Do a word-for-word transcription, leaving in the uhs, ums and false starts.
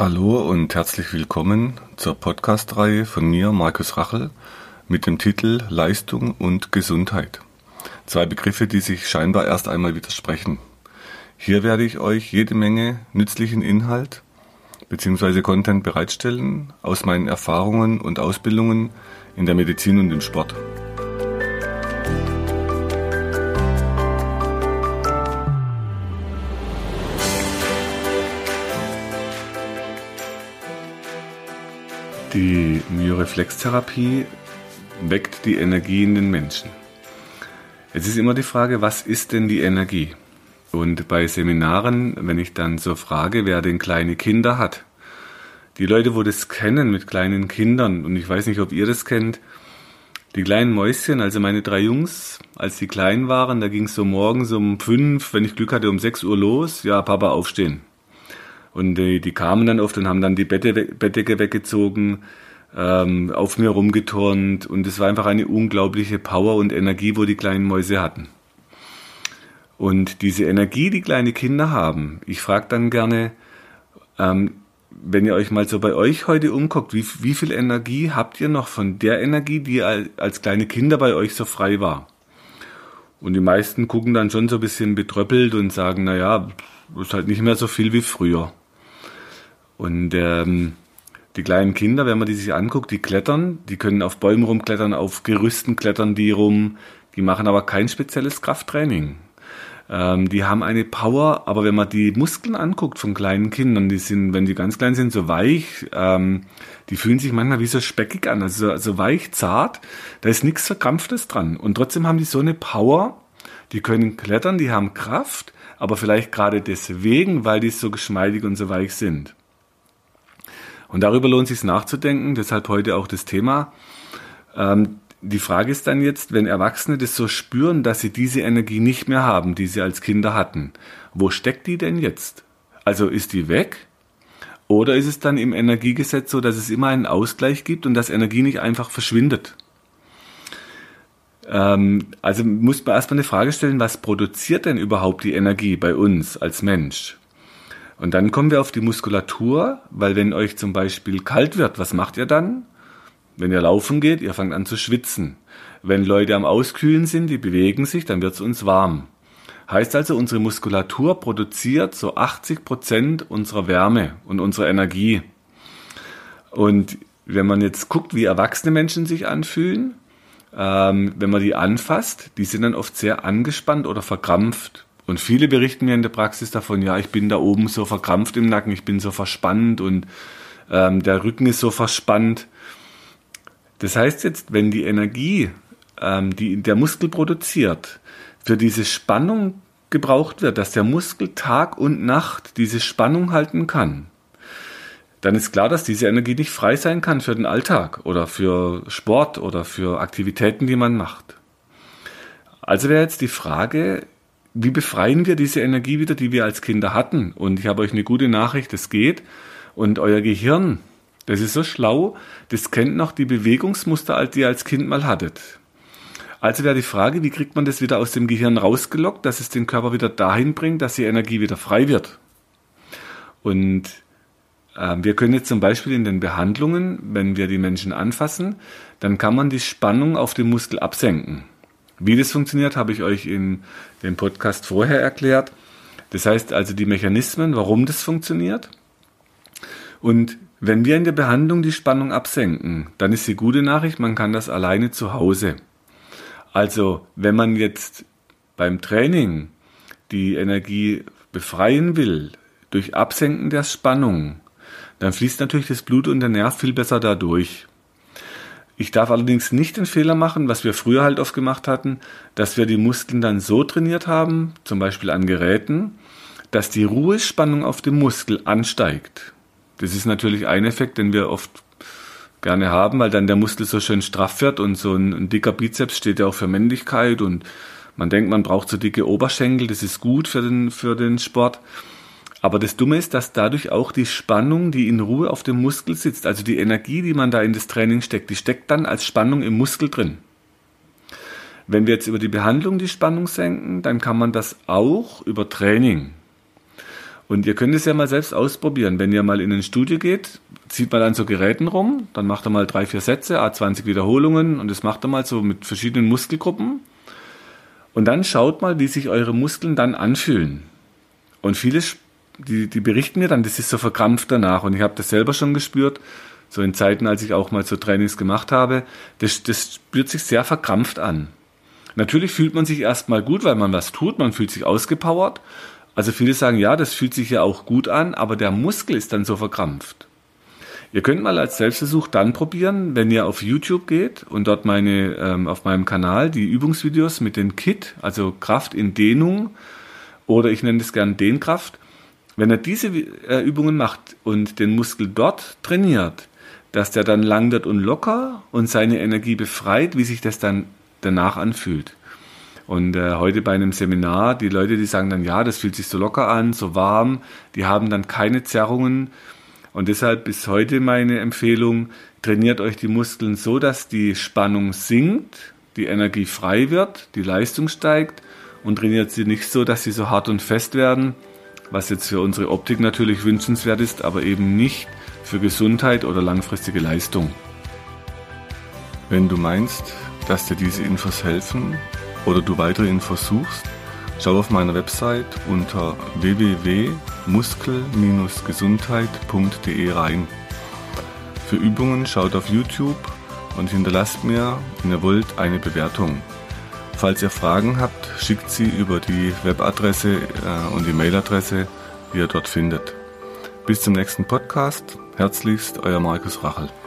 Hallo und herzlich willkommen zur Podcast-Reihe von mir, Markus Rachel, mit dem Titel Leistung und Gesundheit. Zwei Begriffe, die sich scheinbar erst einmal widersprechen. Hier werde ich euch jede Menge nützlichen Inhalt bzw. Content bereitstellen aus meinen Erfahrungen und Ausbildungen in der Medizin und im Sport. Die Myoreflextherapie weckt die Energie in den Menschen. Es ist immer die Frage, was ist denn die Energie? Und bei Seminaren, wenn ich dann so frage, wer denn kleine Kinder hat, die Leute, wo das kennen mit kleinen Kindern, und ich weiß nicht, ob ihr das kennt, die kleinen Mäuschen, also meine drei Jungs, als die klein waren, da ging es so morgens um fünf, wenn ich Glück hatte, um sechs Uhr los, ja, Papa, aufstehen. Und die, die kamen dann oft und haben dann die Bette, Bettdecke weggezogen, ähm, auf mir rumgeturnt. Und es war einfach eine unglaubliche Power und Energie, wo die kleinen Mäuse hatten. Und diese Energie, die kleine Kinder haben, ich frage dann gerne, ähm, wenn ihr euch mal so bei euch heute umguckt, wie, wie viel Energie habt ihr noch von der Energie, die als kleine Kinder bei euch so frei war? Und die meisten gucken dann schon so ein bisschen betröppelt und sagen, naja, ist halt nicht mehr so viel wie früher. Und ähm, die kleinen Kinder, wenn man die sich anguckt, die klettern, die können auf Bäumen rumklettern, auf Gerüsten klettern die rum, die machen aber kein spezielles Krafttraining. Ähm, die haben eine Power, aber wenn man die Muskeln anguckt von kleinen Kindern, die sind, wenn die ganz klein sind, so weich, ähm, die fühlen sich manchmal wie so speckig an, also so, so weich, zart, da ist nichts Verkrampftes dran. Und trotzdem haben die so eine Power, die können klettern, die haben Kraft, aber vielleicht gerade deswegen, weil die so geschmeidig und so weich sind. Und darüber lohnt es sich nachzudenken, deshalb heute auch das Thema. Ähm, die Frage ist dann jetzt, wenn Erwachsene das so spüren, dass sie diese Energie nicht mehr haben, die sie als Kinder hatten, wo steckt die denn jetzt? Also ist die weg? Oder ist es dann im Energiegesetz so, dass es immer einen Ausgleich gibt und dass Energie nicht einfach verschwindet? Ähm, also muss man erstmal eine Frage stellen, was produziert denn überhaupt die Energie bei uns als Mensch? Und dann kommen wir auf die Muskulatur, weil wenn euch zum Beispiel kalt wird, was macht ihr dann? Wenn ihr laufen geht, ihr fangt an zu schwitzen. Wenn Leute am Auskühlen sind, die bewegen sich, dann wird es uns warm. Heißt also, unsere Muskulatur produziert so achtzig Prozent unserer Wärme und unserer Energie. Und wenn man jetzt guckt, wie erwachsene Menschen sich anfühlen, ähm, wenn man die anfasst, die sind dann oft sehr angespannt oder verkrampft. Und viele berichten mir in der Praxis davon, ja, ich bin da oben so verkrampft im Nacken, ich bin so verspannt und ähm, der Rücken ist so verspannt. Das heißt jetzt, wenn die Energie, ähm, die der Muskel produziert, für diese Spannung gebraucht wird, dass der Muskel Tag und Nacht diese Spannung halten kann, dann ist klar, dass diese Energie nicht frei sein kann für den Alltag oder für Sport oder für Aktivitäten, die man macht. Also wäre jetzt die Frage, wie befreien wir diese Energie wieder, die wir als Kinder hatten? Und ich habe euch eine gute Nachricht, es geht. Und euer Gehirn, das ist so schlau, das kennt noch die Bewegungsmuster, die ihr als Kind mal hattet. Also wäre die Frage, wie kriegt man das wieder aus dem Gehirn rausgelockt, dass es den Körper wieder dahin bringt, dass die Energie wieder frei wird. Und äh, wir können jetzt zum Beispiel in den Behandlungen, wenn wir die Menschen anfassen, dann kann man die Spannung auf dem Muskel absenken. Wie das funktioniert, habe ich euch in dem Podcast vorher erklärt. Das heißt also die Mechanismen, warum das funktioniert. Und wenn wir in der Behandlung die Spannung absenken, dann ist die gute Nachricht, man kann das alleine zu Hause. Also wenn man jetzt beim Training die Energie befreien will, durch Absenken der Spannung, dann fließt natürlich das Blut und der Nerv viel besser dadurch. Ich darf allerdings nicht den Fehler machen, was wir früher halt oft gemacht hatten, dass wir die Muskeln dann so trainiert haben, zum Beispiel an Geräten, dass die Ruhespannung auf dem Muskel ansteigt. Das ist natürlich ein Effekt, den wir oft gerne haben, weil dann der Muskel so schön straff wird und so ein, ein dicker Bizeps steht ja auch für Männlichkeit und man denkt, man braucht so dicke Oberschenkel, das ist gut für den, für den Sport. Aber das Dumme ist, dass dadurch auch die Spannung, die in Ruhe auf dem Muskel sitzt, also die Energie, die man da in das Training steckt, die steckt dann als Spannung im Muskel drin. Wenn wir jetzt über die Behandlung die Spannung senken, dann kann man das auch über Training. Und ihr könnt es ja mal selbst ausprobieren. Wenn ihr mal in ein Studio geht, zieht man an so Geräten rum, dann macht er mal drei, vier Sätze, a zwanzig Wiederholungen und das macht er mal so mit verschiedenen Muskelgruppen. Und dann schaut mal, wie sich eure Muskeln dann anfühlen. Und viele, die, die berichten mir dann, das ist so verkrampft danach. Und ich habe das selber schon gespürt, so in Zeiten, als ich auch mal so Trainings gemacht habe. Das, das spürt sich sehr verkrampft an. Natürlich fühlt man sich erstmal gut, weil man was tut, man fühlt sich ausgepowert. Also viele sagen, ja, das fühlt sich ja auch gut an, aber der Muskel ist dann so verkrampft. Ihr könnt mal als Selbstversuch dann probieren, wenn ihr auf YouTube geht und dort meine ähm, auf meinem Kanal die Übungsvideos mit den K I T, also Kraft in Dehnung oder ich nenne das gern Dehnkraft. Wenn ihr diese äh, Übungen macht und den Muskel dort trainiert, dass der dann lang wird und locker und seine Energie befreit, wie sich das dann danach anfühlt. Und äh, heute bei einem Seminar, die Leute, die sagen dann, ja, das fühlt sich so locker an, so warm, die haben dann keine Zerrungen. Und deshalb bis heute meine Empfehlung, trainiert euch die Muskeln so, dass die Spannung sinkt, die Energie frei wird, die Leistung steigt und trainiert sie nicht so, dass sie so hart und fest werden, was jetzt für unsere Optik natürlich wünschenswert ist, aber eben nicht für Gesundheit oder langfristige Leistung. Wenn du meinst, dass dir diese Infos helfen oder du weitere Infos suchst, schau auf meiner Website unter w w w punkt muskel Bindestrich gesundheit punkt d e rein. Für Übungen schaut auf YouTube und hinterlasst mir, wenn ihr wollt, eine Bewertung. Falls ihr Fragen habt, schickt sie über die Webadresse äh, und die Mailadresse, die ihr dort findet. Bis zum nächsten Podcast. Herzlichst, euer Markus Rachel.